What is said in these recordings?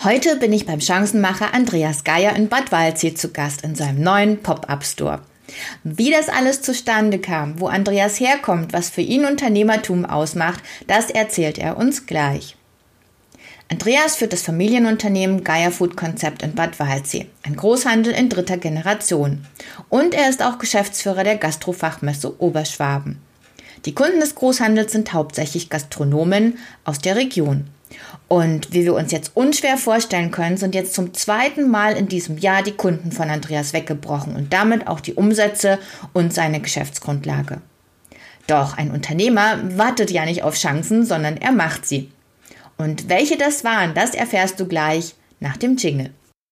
Heute bin ich beim Chancenmacher Andreas Geier in Bad Waldsee zu Gast in seinem neuen Pop-Up-Store. Wie das alles zustande kam, wo Andreas herkommt, was für ihn Unternehmertum ausmacht, das erzählt er uns gleich. Andreas führt das Familienunternehmen Geier Food Concept in Bad Waldsee, ein Großhandel in 3. Generation. Und er ist auch Geschäftsführer der Gastrofachmesse Oberschwaben. Die Kunden des Großhandels sind hauptsächlich Gastronomen aus der Region. Und wie wir uns jetzt unschwer vorstellen können, sind jetzt zum 2. Mal in diesem Jahr die Kunden von Andreas weggebrochen und damit auch die Umsätze und seine Geschäftsgrundlage. Doch ein Unternehmer wartet ja nicht auf Chancen, sondern er macht sie. Und welche das waren, das erfährst du gleich nach dem Jingle.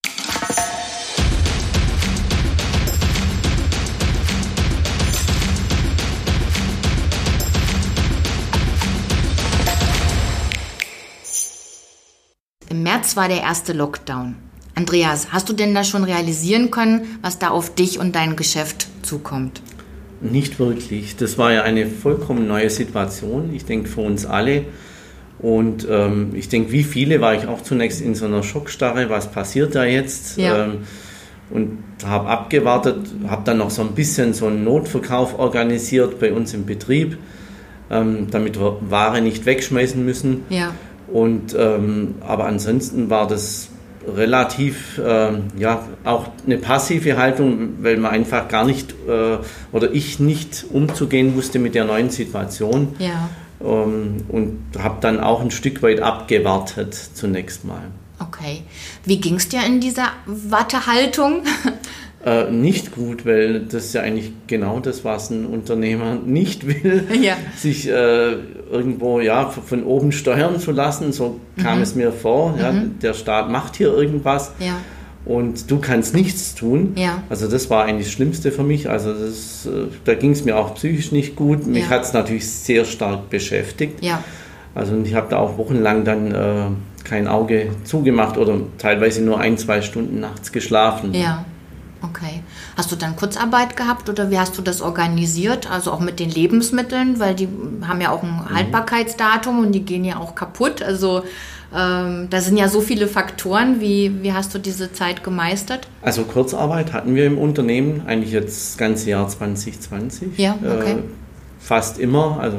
Im März war der erste Lockdown. Andreas, hast du denn da schon realisieren können, was da auf dich und dein Geschäft zukommt? Nicht wirklich. Das war ja eine vollkommen neue Situation, ich denke für uns alle. Und ich denke, wie viele war ich auch zunächst in so einer Schockstarre, was passiert da jetzt? Ja. Und habe abgewartet, habe dann noch so ein bisschen so einen Notverkauf organisiert bei uns im Betrieb, damit wir Ware nicht wegschmeißen müssen. Ja. Und, aber ansonsten war das relativ, auch eine passive Haltung, weil man einfach gar nicht, oder ich nicht umzugehen wusste mit der neuen Situation. Ja. Und habe dann auch ein Stück weit abgewartet zunächst mal. Okay. Wie ging es dir in dieser Wartehaltung? Nicht gut, weil das ist ja eigentlich genau das, was ein Unternehmer nicht will, Ja. sich irgendwo von oben steuern zu lassen. So kam es mir vor. Ja, der Staat macht hier irgendwas. Ja. Und du kannst nichts tun. Ja. Also das war eigentlich das Schlimmste für mich. Also da ging es mir auch psychisch nicht gut. Mich hat es natürlich sehr stark beschäftigt. Ja. Also ich habe da auch wochenlang dann kein Auge zugemacht oder teilweise nur 1-2 Stunden nachts geschlafen. Ja. Okay. Hast du dann Kurzarbeit gehabt oder wie hast du das organisiert? Also auch mit den Lebensmitteln, weil die haben ja auch ein Haltbarkeitsdatum und die gehen ja auch kaputt. Also da sind ja so viele Faktoren. Wie hast du diese Zeit gemeistert? Also Kurzarbeit hatten wir im Unternehmen eigentlich jetzt das ganze Jahr 2020. Ja, okay. Fast immer. Also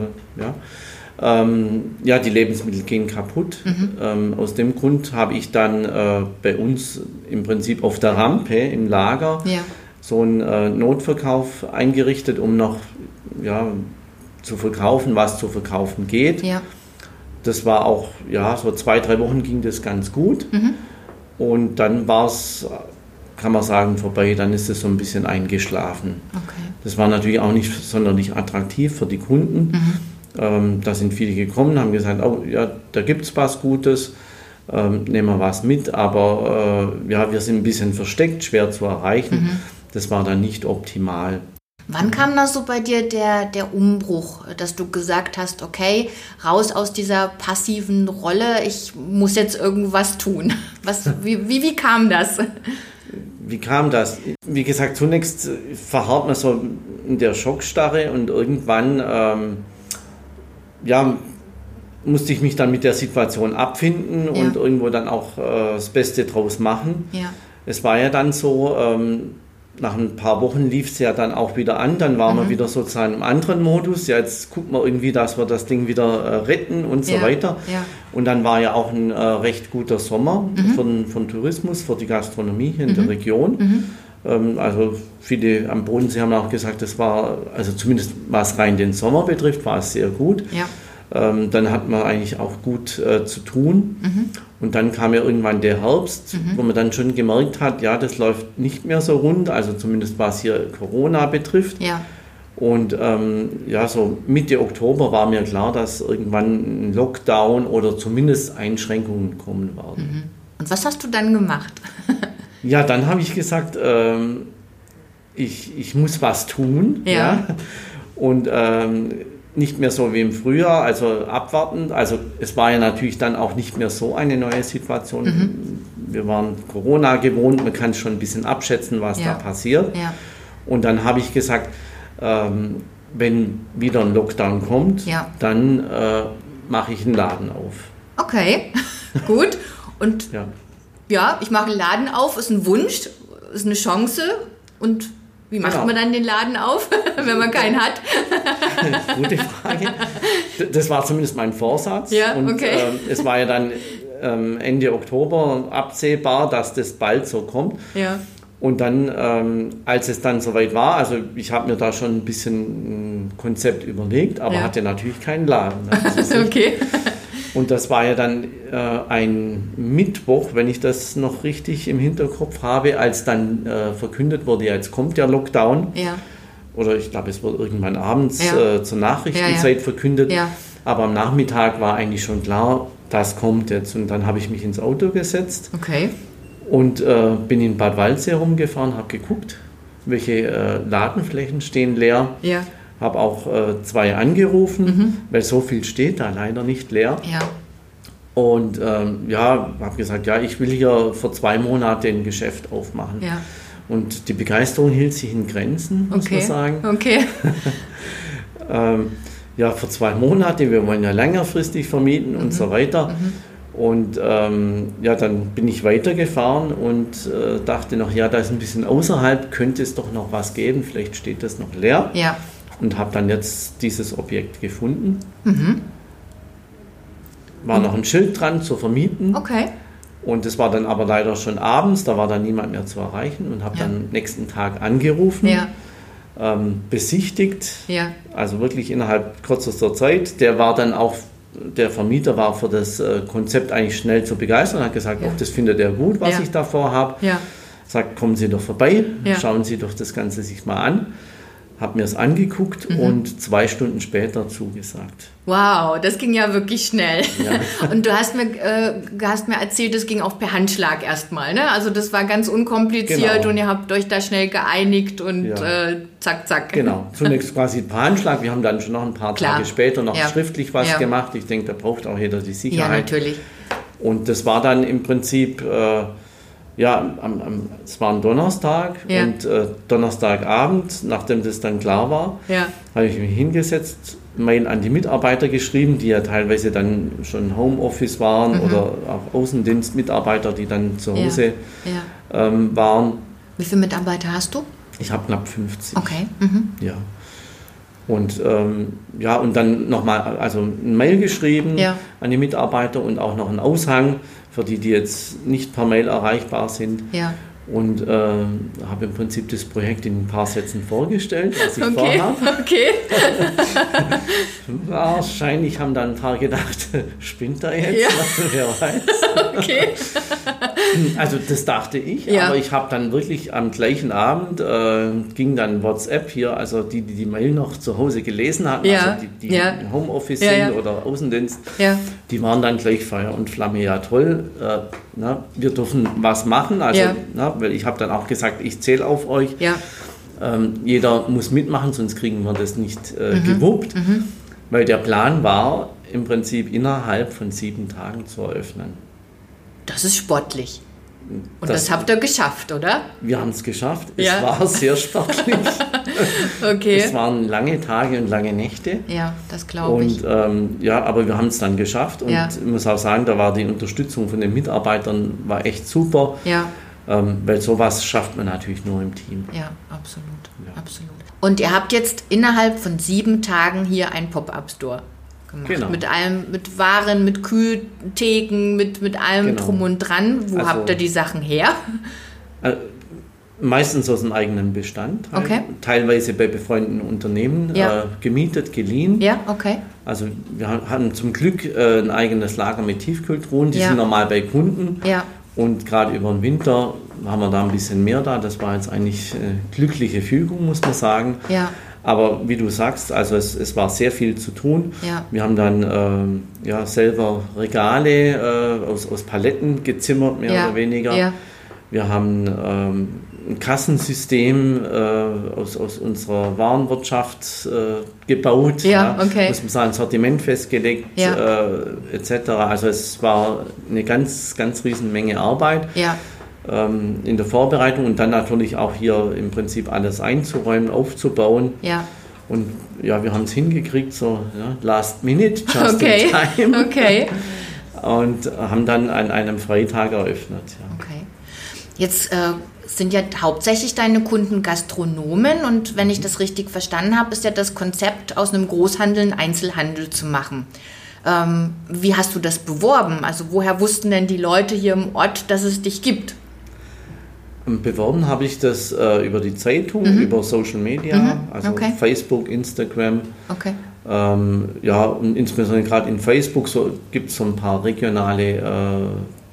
die Lebensmittel gehen kaputt. Aus dem Grund habe ich dann bei uns im Prinzip auf der Rampe im Lager so einen Notverkauf eingerichtet, um noch zu verkaufen, was zu verkaufen geht. Ja. Das war auch, so 2-3 Wochen ging das ganz gut. Und dann war es, kann man sagen, vorbei. Dann ist es so ein bisschen eingeschlafen. Okay. Das war natürlich auch nicht sonderlich attraktiv für die Kunden. Da sind viele gekommen, haben gesagt, da gibt es was Gutes, nehmen wir was mit. Aber wir sind ein bisschen versteckt, schwer zu erreichen. Das war dann nicht optimal. Wann kam da so bei dir der Umbruch, dass du gesagt hast, okay, raus aus dieser passiven Rolle, ich muss jetzt irgendwas tun? Wie kam das? Wie kam das? Wie gesagt, zunächst verharrt man so in der Schockstarre und irgendwann musste ich mich dann mit der Situation abfinden und irgendwo dann auch das Beste draus machen. Ja. Es war ja dann so, nach ein paar Wochen lief es ja dann auch wieder an, dann waren wir wieder sozusagen im anderen Modus. Ja, jetzt gucken wir irgendwie, dass wir das Ding wieder retten und so weiter. Ja. Und dann war ja auch ein recht guter Sommer von Tourismus, für die Gastronomie hier in der Region. Also viele am Bodensee haben auch gesagt, das war, also zumindest was rein den Sommer betrifft, war es sehr gut. Ja. Dann hat man eigentlich auch gut zu tun. Und dann kam ja irgendwann der Herbst, wo man dann schon gemerkt hat, das läuft nicht mehr so rund, also zumindest was hier Corona betrifft. Ja. Und so Mitte Oktober war mir klar, dass irgendwann ein Lockdown oder zumindest Einschränkungen kommen werden. Und was hast du dann gemacht? Ja, dann habe ich gesagt, ich muss was tun. Ja. Und nicht mehr so wie im Frühjahr, also abwarten. Also es war ja natürlich dann auch nicht mehr so eine neue Situation. Wir waren Corona gewohnt, man kann schon ein bisschen abschätzen, was da passiert. Ja. Und dann habe ich gesagt, wenn wieder ein Lockdown kommt, dann mache ich einen Laden auf. Okay, gut. Und Ja, ich mache einen Laden auf, ist ein Wunsch, ist eine Chance. Und wie macht man dann den Laden auf, wenn man keinen hat? Gute Frage. Das war zumindest mein Vorsatz. Ja, und okay. Es war ja dann Ende Oktober absehbar, dass das bald so kommt. Ja. Und dann, als es dann soweit war, also ich habe mir da schon ein bisschen ein Konzept überlegt, aber hatte natürlich keinen Laden. Okay. Und das war ja dann ein Mittwoch, wenn ich das noch richtig im Hinterkopf habe, als dann verkündet wurde, jetzt kommt der Lockdown. Ja. Oder ich glaube, es wurde irgendwann abends zur Nachrichtenzeit verkündet. Ja. Aber am Nachmittag war eigentlich schon klar, das kommt jetzt. Und dann habe ich mich ins Auto gesetzt. Okay. Und bin in Bad Waldsee rumgefahren, habe geguckt, welche Ladenflächen stehen leer. Ja. Habe auch 2 angerufen, weil so viel steht da leider nicht leer. Ja. Und habe gesagt, ja, ich will hier vor 2 Monaten ein Geschäft aufmachen. Ja. Und die Begeisterung hielt sich in Grenzen, muss man sagen. Okay. Vor 2 Monaten, wir wollen ja längerfristig vermieten und so weiter. Und dann bin ich weitergefahren und dachte noch, da ist ein bisschen außerhalb, könnte es doch noch was geben, vielleicht steht das noch leer. Ja. Und habe dann jetzt dieses Objekt gefunden. War noch ein Schild dran zu vermieten. Okay. Und es war dann aber leider schon abends, da war dann niemand mehr zu erreichen und habe dann am nächsten Tag angerufen, besichtigt, also wirklich innerhalb kürzester Zeit. Der Vermieter war für das Konzept eigentlich schnell zu begeistern, hat gesagt, das findet er gut, was ich da vorhabe. Ja. Sagt, kommen Sie doch vorbei, schauen Sie doch das Ganze sich mal an. Habe mir es angeguckt und 2 Stunden später zugesagt. Wow, das ging ja wirklich schnell. Ja. Und du hast mir erzählt, das ging auch per Handschlag erstmal, ne? Also das war ganz unkompliziert und ihr habt euch da schnell geeinigt und zack, zack. Genau, zunächst quasi per Handschlag. Wir haben dann schon noch ein paar Tage später noch schriftlich was gemacht. Ich denke, da braucht auch jeder die Sicherheit. Ja, natürlich. Und das war dann im Prinzip... es war ein Donnerstag und Donnerstagabend, nachdem das dann klar war, habe ich mich hingesetzt, Mail an die Mitarbeiter geschrieben, die ja teilweise dann schon Homeoffice waren oder auch Außendienstmitarbeiter, die dann zu Hause waren. Wie viele Mitarbeiter hast du? Ich habe knapp 50. Okay. Ja. Und und dann nochmal ein Mail geschrieben an die Mitarbeiter und auch noch einen Aushang für die jetzt nicht per Mail erreichbar sind. Ja. Und habe im Prinzip das Projekt in ein paar Sätzen vorgestellt, was ich vorhabe. Okay. Wahrscheinlich haben dann ein paar gedacht, spinnt er jetzt? Ja. Wer weiß. Okay. Also das dachte ich, aber ich habe dann wirklich am gleichen Abend, ging dann WhatsApp hier, also die Mail noch zu Hause gelesen hatten, also die im Homeoffice sind oder Außendienst, die waren dann gleich Feuer und Flamme, ja toll, wir dürfen was machen, weil ich habe dann auch gesagt, ich zähle auf euch, jeder muss mitmachen, sonst kriegen wir das nicht gewuppt, weil der Plan war, im Prinzip innerhalb von 7 Tagen zu eröffnen. Das ist sportlich. Und das habt ihr geschafft, oder? Wir haben es geschafft. Es war sehr sportlich. Okay. Es waren lange Tage und lange Nächte. Ja, das glaube ich. Und aber wir haben es dann geschafft. Und ich muss auch sagen, da war die Unterstützung von den Mitarbeitern war echt super. Ja. Weil sowas schafft man natürlich nur im Team. Ja, absolut. Ja. Absolut. Und ihr habt jetzt innerhalb von 7 Tagen hier einen Pop-Up-Store gemacht. Genau. Mit allem, mit Waren, mit Kühltheken, mit allem drum und dran. Wo habt ihr die Sachen her? Meistens aus dem eigenen Bestand. Teilweise bei befreundeten Unternehmen gemietet, geliehen. Ja, okay. Also wir haben zum Glück ein eigenes Lager mit Tiefkühltruhen. Die sind normal bei Kunden. Ja. Und gerade über den Winter haben wir da ein bisschen mehr da. Das war jetzt eigentlich glückliche Fügung, muss man sagen. Ja. Aber wie du sagst, also es war sehr viel zu tun. Ja. Wir haben dann selber Regale aus Paletten gezimmert, mehr oder weniger. Ja. Wir haben ein Kassensystem aus unserer Warenwirtschaft gebaut. Ja, okay. Muss man sagen, Sortiment festgelegt, etc. Also es war eine ganz, ganz riesen Menge Arbeit. Ja. In der Vorbereitung und dann natürlich auch hier im Prinzip alles einzuräumen, aufzubauen. Ja. Und wir haben es hingekriegt, so last minute, just in time. Okay. und haben dann an einem Freitag eröffnet. Ja. Okay. Jetzt sind ja hauptsächlich deine Kunden Gastronomen und wenn ich das richtig verstanden habe, ist ja das Konzept, aus einem Großhandel einen Einzelhandel zu machen. Wie hast du das beworben? Also woher wussten denn die Leute hier im Ort, dass es dich gibt? Beworben habe ich das über die Zeitung, über Social Media, also Facebook, Instagram. Okay. Ja, und insbesondere gerade in Facebook gibt es so ein paar regionale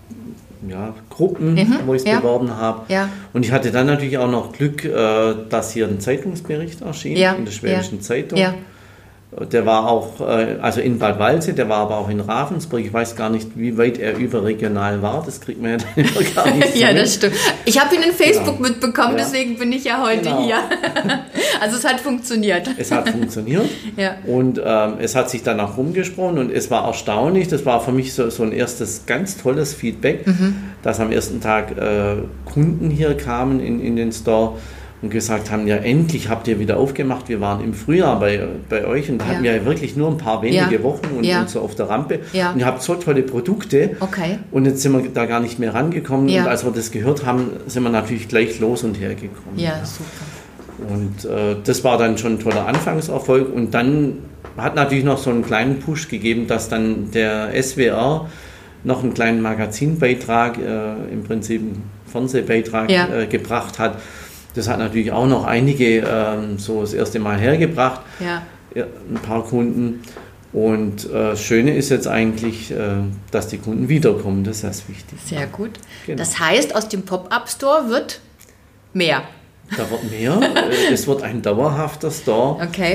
Gruppen, wo ich es beworben habe. Ja. Und ich hatte dann natürlich auch noch Glück, dass hier ein Zeitungsbericht erschien in der Schwäbischen Zeitung. Ja. Der war auch, also in Bad Waldsee, der war aber auch in Ravensburg. Ich weiß gar nicht, wie weit er überregional war. Das kriegt man ja dann immer gar nicht so Ja, das stimmt. Ich habe ihn in Facebook mitbekommen, deswegen bin ich ja heute hier. Also es hat funktioniert. Es hat funktioniert. Und es hat sich dann auch rumgesprochen und es war erstaunlich. Das war für mich so ein erstes ganz tolles Feedback, dass am ersten Tag Kunden hier kamen in den Store und gesagt haben, ja endlich habt ihr wieder aufgemacht, wir waren im Frühjahr bei euch und da hatten wir ja wirklich nur ein paar wenige Wochen und so auf der Rampe und ihr habt so tolle Produkte und jetzt sind wir da gar nicht mehr rangekommen und als wir das gehört haben, sind wir natürlich gleich los und hergekommen. Ja, super. Und das war dann schon ein toller Anfangserfolg und dann hat natürlich noch so einen kleinen Push gegeben, dass dann der SWR noch einen kleinen Magazinbeitrag, im Prinzip einen Fernsehbeitrag gebracht hat. Das hat natürlich auch noch einige so das erste Mal hergebracht, ein paar Kunden. Und das Schöne ist jetzt eigentlich, dass die Kunden wiederkommen, das ist das Wichtigste. Sehr gut. Genau. Das heißt, aus dem Pop-Up-Store wird mehr. Da wird mehr, es wird ein dauerhafter Store. Okay.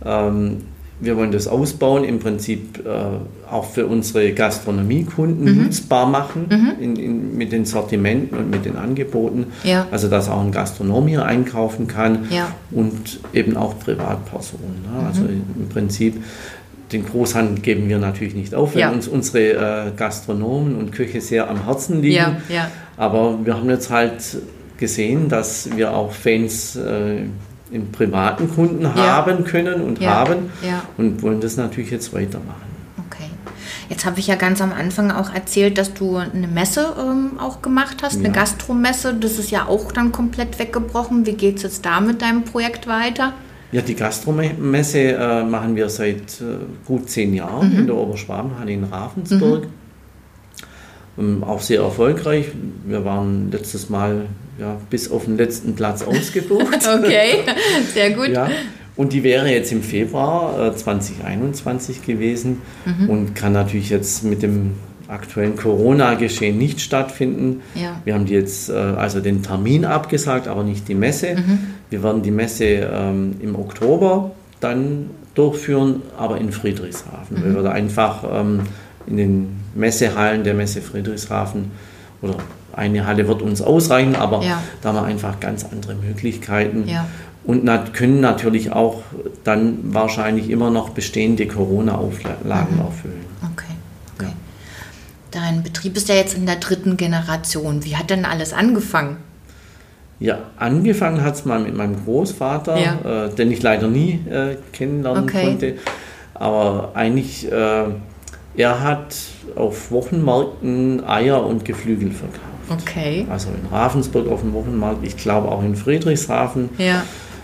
Wir wollen das ausbauen, im Prinzip auch für unsere Gastronomiekunden nutzbar machen, mit den Sortimenten und mit den Angeboten. Ja. Also, dass auch ein Gastronom hier einkaufen kann und eben auch Privatpersonen. Ne? Also im Prinzip, den Großhandel geben wir natürlich nicht auf, wenn uns unsere Gastronomen und Köche sehr am Herzen liegen. Ja. Aber wir haben jetzt halt gesehen, dass wir auch Fans in privaten Kunden haben können und und wollen das natürlich jetzt weitermachen. Okay. Jetzt habe ich ja ganz am Anfang auch erzählt, dass du eine Messe auch gemacht hast, eine Gastromesse. Das ist ja auch dann komplett weggebrochen. Wie geht es jetzt da mit deinem Projekt weiter? Ja, die Gastromesse machen wir seit gut 10 Jahren in der Oberschwabenhalle in Ravensburg. Auch sehr erfolgreich. Wir waren letztes Mal bis auf den letzten Platz ausgebucht. Okay, sehr gut. Ja. Und die wäre jetzt im Februar 2021 gewesen und kann natürlich jetzt mit dem aktuellen Corona-Geschehen nicht stattfinden. Ja. Wir haben die jetzt also den Termin abgesagt, aber nicht die Messe. Wir werden die Messe im Oktober dann durchführen, aber in Friedrichshafen. Weil wir da einfach in den Messehallen der Messe Friedrichshafen oder eine Halle wird uns ausreichen, aber da haben wir einfach ganz andere Möglichkeiten und können natürlich auch dann wahrscheinlich immer noch bestehende Corona-Auflagen erfüllen. Okay. Dein Betrieb ist ja jetzt in der 3. Generation. Wie hat denn alles angefangen? Ja, angefangen hat es mal mit meinem Großvater, den ich leider nie kennenlernen konnte, aber eigentlich er hat auf Wochenmärkten Eier und Geflügel verkauft. Okay. Also in Ravensburg auf dem Wochenmarkt, ich glaube auch in Friedrichshafen. Ja.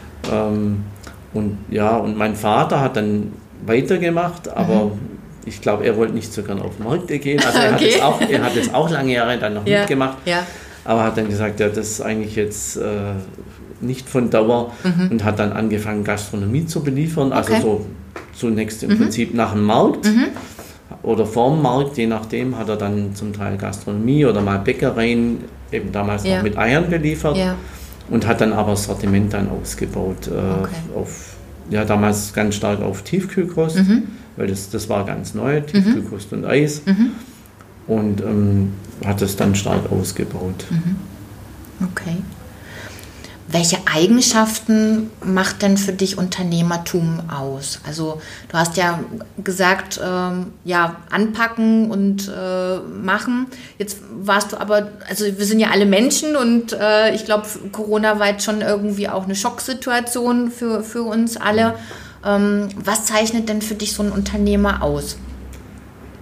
Und mein Vater hat dann weitergemacht, aber ich glaube, er wollte nicht so gern auf Märkte gehen. Also er hat es auch lange Jahre dann noch mitgemacht, aber hat dann gesagt, das ist eigentlich jetzt nicht von Dauer und hat dann angefangen, Gastronomie zu beliefern. Also so zunächst im Prinzip nach dem Markt. Oder vorm Markt, je nachdem, hat er dann zum Teil Gastronomie oder mal Bäckereien, eben damals noch mit Eiern beliefert und hat dann aber das Sortiment dann ausgebaut auf, damals ganz stark auf Tiefkühlkost, weil das war ganz neu, Tiefkühlkost und Eis und hat das dann stark ausgebaut. Okay. Welche Eigenschaften macht denn für dich Unternehmertum aus? Also du hast ja gesagt, anpacken und machen. Jetzt warst du aber, also wir sind ja alle Menschen und ich glaube, Corona war jetzt schon irgendwie auch eine Schocksituation für uns alle. Was zeichnet denn für dich so ein Unternehmer aus?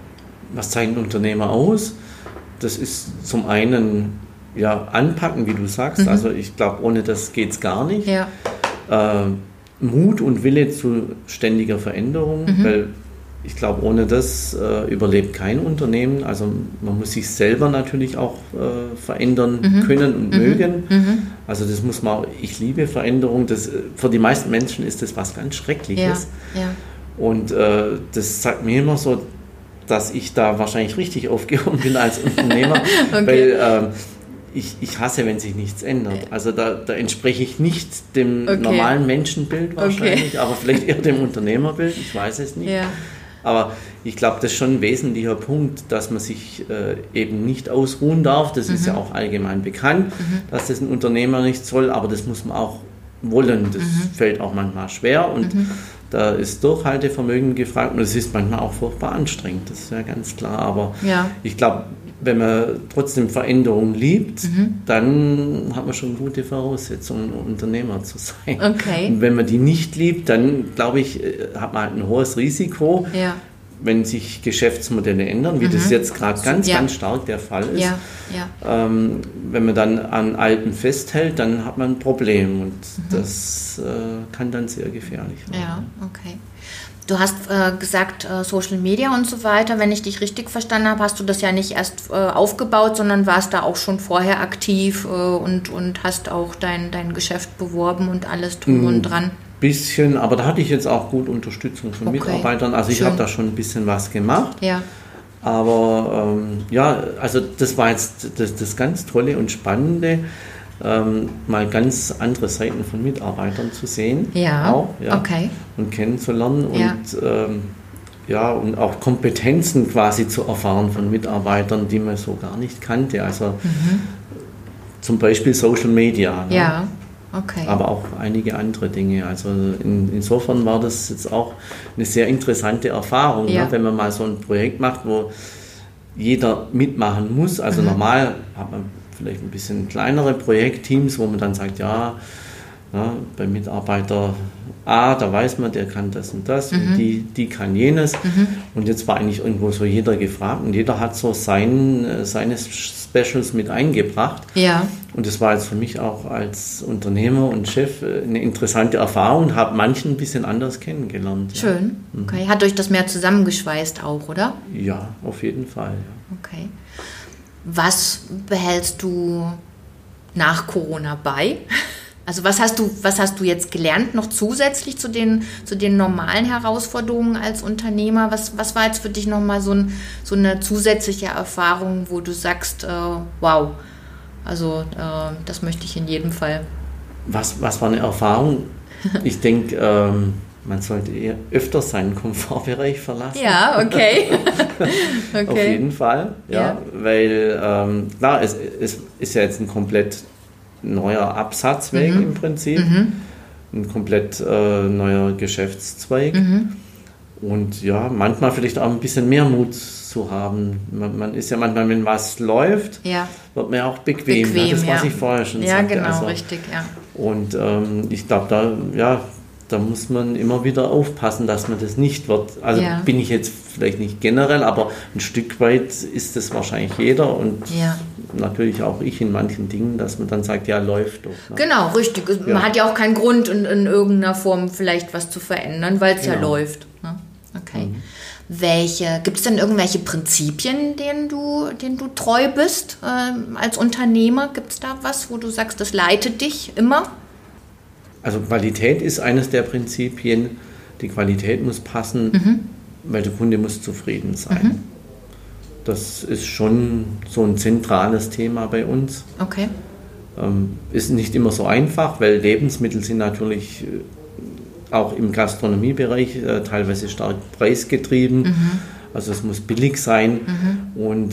was zeichnet ein Unternehmer aus? Das ist zum einen anpacken, wie du sagst. Also ich glaube, ohne das geht es gar nicht. Ja. Mut und Wille zu ständiger Veränderung, weil ich glaube, ohne das überlebt kein Unternehmen. Also man muss sich selber natürlich auch verändern können und mögen. Also das muss man auch, ich liebe Veränderung. Für die meisten Menschen ist das was ganz Schreckliches. Ja. Ja. Und das sagt mir immer so, dass ich da wahrscheinlich richtig aufgehoben bin als Unternehmer, okay. Weil ich hasse, wenn sich nichts ändert. Also da entspreche ich nicht dem normalen Menschenbild wahrscheinlich, aber vielleicht eher dem Unternehmerbild, ich weiß es nicht. Ja. Aber ich glaube, das ist schon ein wesentlicher Punkt, dass man sich eben nicht ausruhen darf. Das ist ja auch allgemein bekannt, dass das ein Unternehmer nicht soll, aber das muss man auch wollen. Das fällt auch manchmal schwer und da ist Durchhaltevermögen gefragt und es ist manchmal auch furchtbar anstrengend, das ist ja ganz klar. Aber ich glaube, wenn man trotzdem Veränderung liebt, dann hat man schon gute Voraussetzungen, Unternehmer zu sein. Okay. Und wenn man die nicht liebt, dann, glaube ich, hat man halt ein hohes Risiko, wenn sich Geschäftsmodelle ändern, wie das jetzt gerade ganz stark der Fall ist. Ja. Ja. Wenn man dann an Alten festhält, dann hat man ein Problem und das kann dann sehr gefährlich werden. Ja, okay. Du hast gesagt, Social Media und so weiter. Wenn ich dich richtig verstanden habe, hast du das ja nicht erst aufgebaut, sondern warst da auch schon vorher aktiv und hast auch dein Geschäft beworben und alles drum und dran. Bisschen, aber da hatte ich jetzt auch gut Unterstützung von Mitarbeitern. Also ich habe da schon ein bisschen was gemacht. Ja. Aber also das war jetzt das ganz Tolle und Spannende, mal ganz andere Seiten von Mitarbeitern zu sehen. Ja, auch, okay. Und kennenzulernen und auch Kompetenzen quasi zu erfahren von Mitarbeitern, die man so gar nicht kannte. Also zum Beispiel Social Media. Ne? Ja. Okay. Aber auch einige andere Dinge. Also insofern war das jetzt auch eine sehr interessante Erfahrung, ne? Wenn man mal so ein Projekt macht, wo jeder mitmachen muss. Also normal hat man vielleicht ein bisschen kleinere Projektteams, wo man dann sagt, bei Mitarbeiter A, da weiß man, der kann das und das und die kann jenes. Und jetzt war eigentlich irgendwo so jeder gefragt und jeder hat so seine Specials mit eingebracht. Ja. Und das war jetzt für mich auch als Unternehmer und Chef eine interessante Erfahrung und habe manchen ein bisschen anders kennengelernt. Schön. Ja. Okay. Hat euch das mehr zusammengeschweißt auch, oder? Ja, auf jeden Fall. Ja. Okay. Was behältst du nach Corona bei? Also was hast du jetzt gelernt, noch zusätzlich zu den normalen Herausforderungen als Unternehmer? Was war jetzt für dich nochmal so eine zusätzliche Erfahrung, wo du sagst, wow, also das möchte ich in jedem Fall. Was war eine Erfahrung? Ich denke, man sollte eher öfter seinen Komfortbereich verlassen. Ja, okay. Auf jeden Fall, weil klar, es ist ja jetzt ein komplett neuer Absatzweg im Prinzip, ein komplett neuer Geschäftszweig und manchmal vielleicht auch ein bisschen mehr Mut zu haben. Man ist ja manchmal, wenn was läuft, wird man ja auch bequem. Das, was ich vorher schon sagte. Ja, genau, richtig, ja. Und ich glaube, da muss man immer wieder aufpassen, dass man das nicht wird. Also bin ich jetzt vielleicht nicht generell, aber ein Stück weit ist das wahrscheinlich jeder und natürlich auch ich in manchen Dingen, dass man dann sagt, läuft doch. Ne? Genau, richtig. Man hat ja auch keinen Grund, in irgendeiner Form vielleicht was zu verändern, weil es läuft. Ne? Okay. Gibt es denn irgendwelche Prinzipien, denen du treu bist als Unternehmer? Gibt es da was, wo du sagst, das leitet dich immer? Also Qualität ist eines der Prinzipien. Die Qualität muss passen, weil der Kunde muss zufrieden sein. Das ist schon so ein zentrales Thema bei uns. Okay. Ist nicht immer so einfach, weil Lebensmittel sind natürlich auch im Gastronomiebereich teilweise stark preisgetrieben. Also es muss billig sein. Und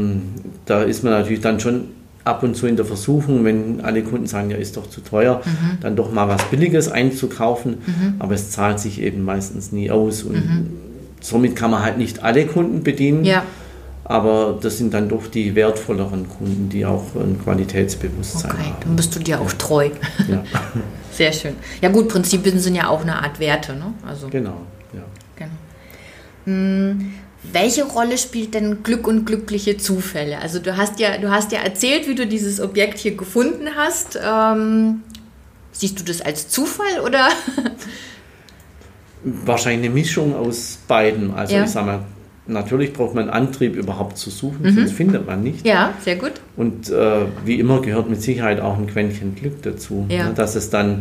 da ist man natürlich dann schon ab und zu in der Versuchung, wenn alle Kunden sagen, ist doch zu teuer, dann doch mal was Billiges einzukaufen. Aber es zahlt sich eben meistens nie aus. Und somit kann man halt nicht alle Kunden bedienen. Ja. Aber das sind dann doch die wertvolleren Kunden, die auch ein Qualitätsbewusstsein haben. Okay, dann bist du dir auch treu. Ja. Sehr schön. Ja gut, Prinzipien sind ja auch eine Art Werte, ne? Also, genau, ja. Genau. Welche Rolle spielt denn Glück und glückliche Zufälle? Also du hast ja erzählt, wie du dieses Objekt hier gefunden hast. Siehst du das als Zufall oder? Wahrscheinlich eine Mischung aus beiden. Also ich sage mal, natürlich braucht man Antrieb überhaupt zu suchen, sonst findet man nicht. Ja, sehr gut. Und wie immer gehört mit Sicherheit auch ein Quäntchen Glück dazu, ne? Dass es dann,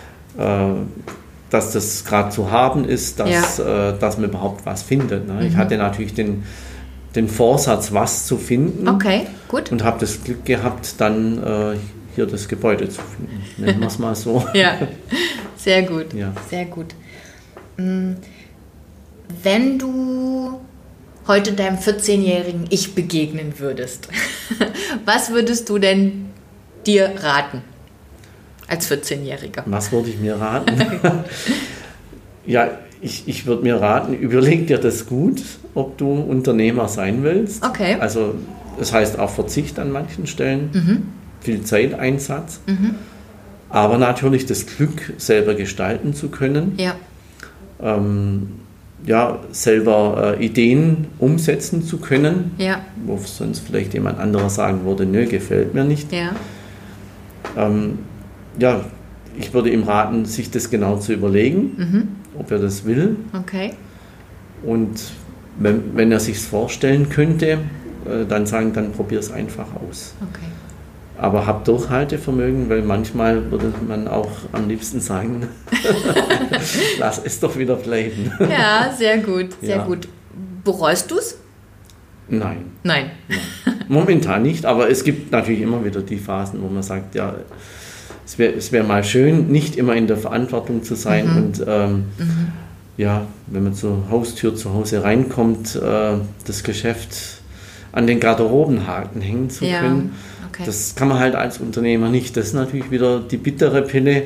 dass das gerade zu haben ist, dass man überhaupt was findet. Ne? Ich hatte natürlich den Vorsatz, was zu finden. Okay, gut. Und habe das Glück gehabt, dann hier das Gebäude zu finden. Nennen wir es mal so. Ja, sehr gut. Ja. Sehr gut. Wenn du heute deinem 14-jährigen Ich begegnen würdest, was würdest du denn dir raten als 14-Jähriger? Was würde ich mir raten? Ja, ich würde mir raten, überleg dir das gut, ob du Unternehmer sein willst. Okay. Also das heißt auch Verzicht an manchen Stellen, viel Zeiteinsatz, aber natürlich das Glück, selber gestalten zu können. Ja. Selber Ideen umsetzen zu können, Ja. wo sonst vielleicht jemand anderer sagen würde, nö, gefällt mir nicht. Ja. Ich würde ihm raten, sich das genau zu überlegen, ob er das will. Okay. Und wenn er sich vorstellen könnte, dann sagen, dann probier es einfach aus. Okay. Aber hab Durchhaltevermögen, weil manchmal würde man auch am liebsten sagen, lass es doch wieder bleiben. Ja, sehr gut, sehr gut. Bereust du es? Nein. Nein. Momentan nicht, aber es gibt natürlich immer wieder die Phasen, wo man sagt, ja, es wär mal schön, nicht immer in der Verantwortung zu sein und wenn man zur Haustür zu Hause reinkommt, das Geschäft an den Garderobenhaken hängen zu können. Okay. Das kann man halt als Unternehmer nicht. Das ist natürlich wieder die bittere Pille,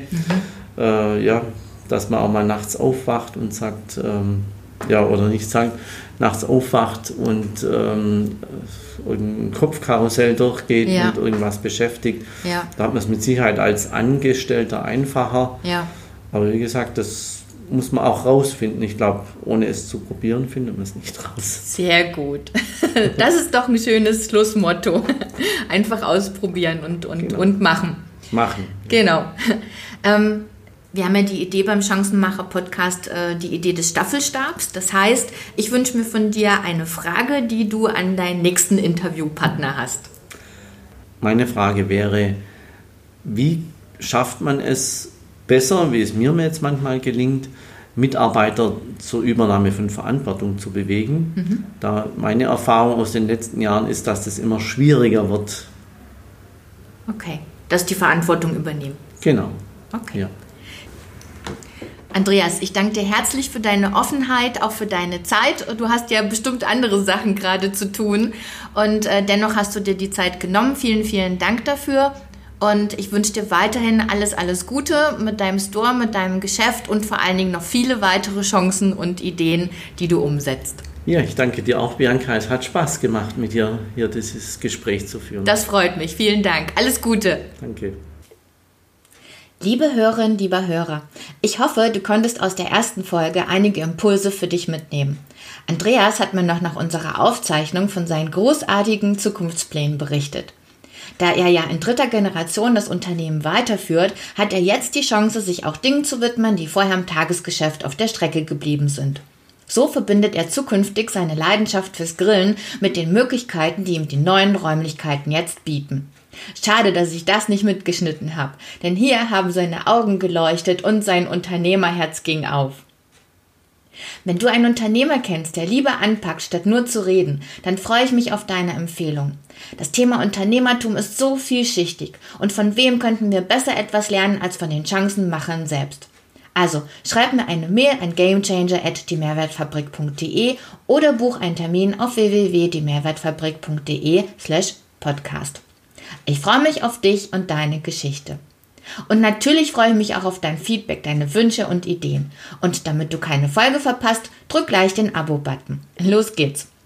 dass man auch mal nachts aufwacht und sagt, oder nicht sagt, nachts aufwacht und ein Kopfkarussell durchgeht und irgendwas beschäftigt. Ja. Da hat man es mit Sicherheit als Angestellter einfacher. Ja. Aber wie gesagt, das muss man auch rausfinden. Ich glaube, ohne es zu probieren, findet man es nicht raus. Sehr gut. Das ist doch ein schönes Schlussmotto. Einfach ausprobieren und machen. Machen. Genau. Wir haben ja die Idee beim Chancenmacher-Podcast, die Idee des Staffelstabs. Das heißt, ich wünsche mir von dir eine Frage, die du an deinen nächsten Interviewpartner hast. Meine Frage wäre, wie schafft man es besser, wie es mir jetzt manchmal gelingt, Mitarbeiter zur Übernahme von Verantwortung zu bewegen? Da meine Erfahrung aus den letzten Jahren ist, dass das immer schwieriger wird. Okay, dass die Verantwortung übernehmen. Genau. Okay. Ja. Andreas, ich danke dir herzlich für deine Offenheit, auch für deine Zeit. Du hast ja bestimmt andere Sachen gerade zu tun und dennoch hast du dir die Zeit genommen. Vielen, vielen Dank dafür und ich wünsche dir weiterhin alles Gute mit deinem Store, mit deinem Geschäft und vor allen Dingen noch viele weitere Chancen und Ideen, die du umsetzt. Ja, ich danke dir auch, Bianca. Es hat Spaß gemacht, mit dir hier dieses Gespräch zu führen. Das freut mich. Vielen Dank. Alles Gute. Danke. Liebe Hörerin, lieber Hörer, ich hoffe, du konntest aus der ersten Folge einige Impulse für dich mitnehmen. Andreas hat mir noch nach unserer Aufzeichnung von seinen großartigen Zukunftsplänen berichtet. Da er ja in 3. Generation das Unternehmen weiterführt, hat er jetzt die Chance, sich auch Dingen zu widmen, die vorher im Tagesgeschäft auf der Strecke geblieben sind. So verbindet er zukünftig seine Leidenschaft fürs Grillen mit den Möglichkeiten, die ihm die neuen Räumlichkeiten jetzt bieten. Schade, dass ich das nicht mitgeschnitten habe, denn hier haben seine Augen geleuchtet und sein Unternehmerherz ging auf. Wenn du einen Unternehmer kennst, der lieber anpackt, statt nur zu reden, dann freue ich mich auf deine Empfehlung. Das Thema Unternehmertum ist so vielschichtig und von wem könnten wir besser etwas lernen als von den Chancenmachern selbst? Also schreib mir eine Mail an gamechanger@diemehrwertfabrik.de oder buch einen Termin auf www.diemehrwertfabrik.de/podcast. Ich freue mich auf dich und deine Geschichte. Und natürlich freue ich mich auch auf dein Feedback, deine Wünsche und Ideen. Und damit du keine Folge verpasst, drück gleich den Abo-Button. Los geht's!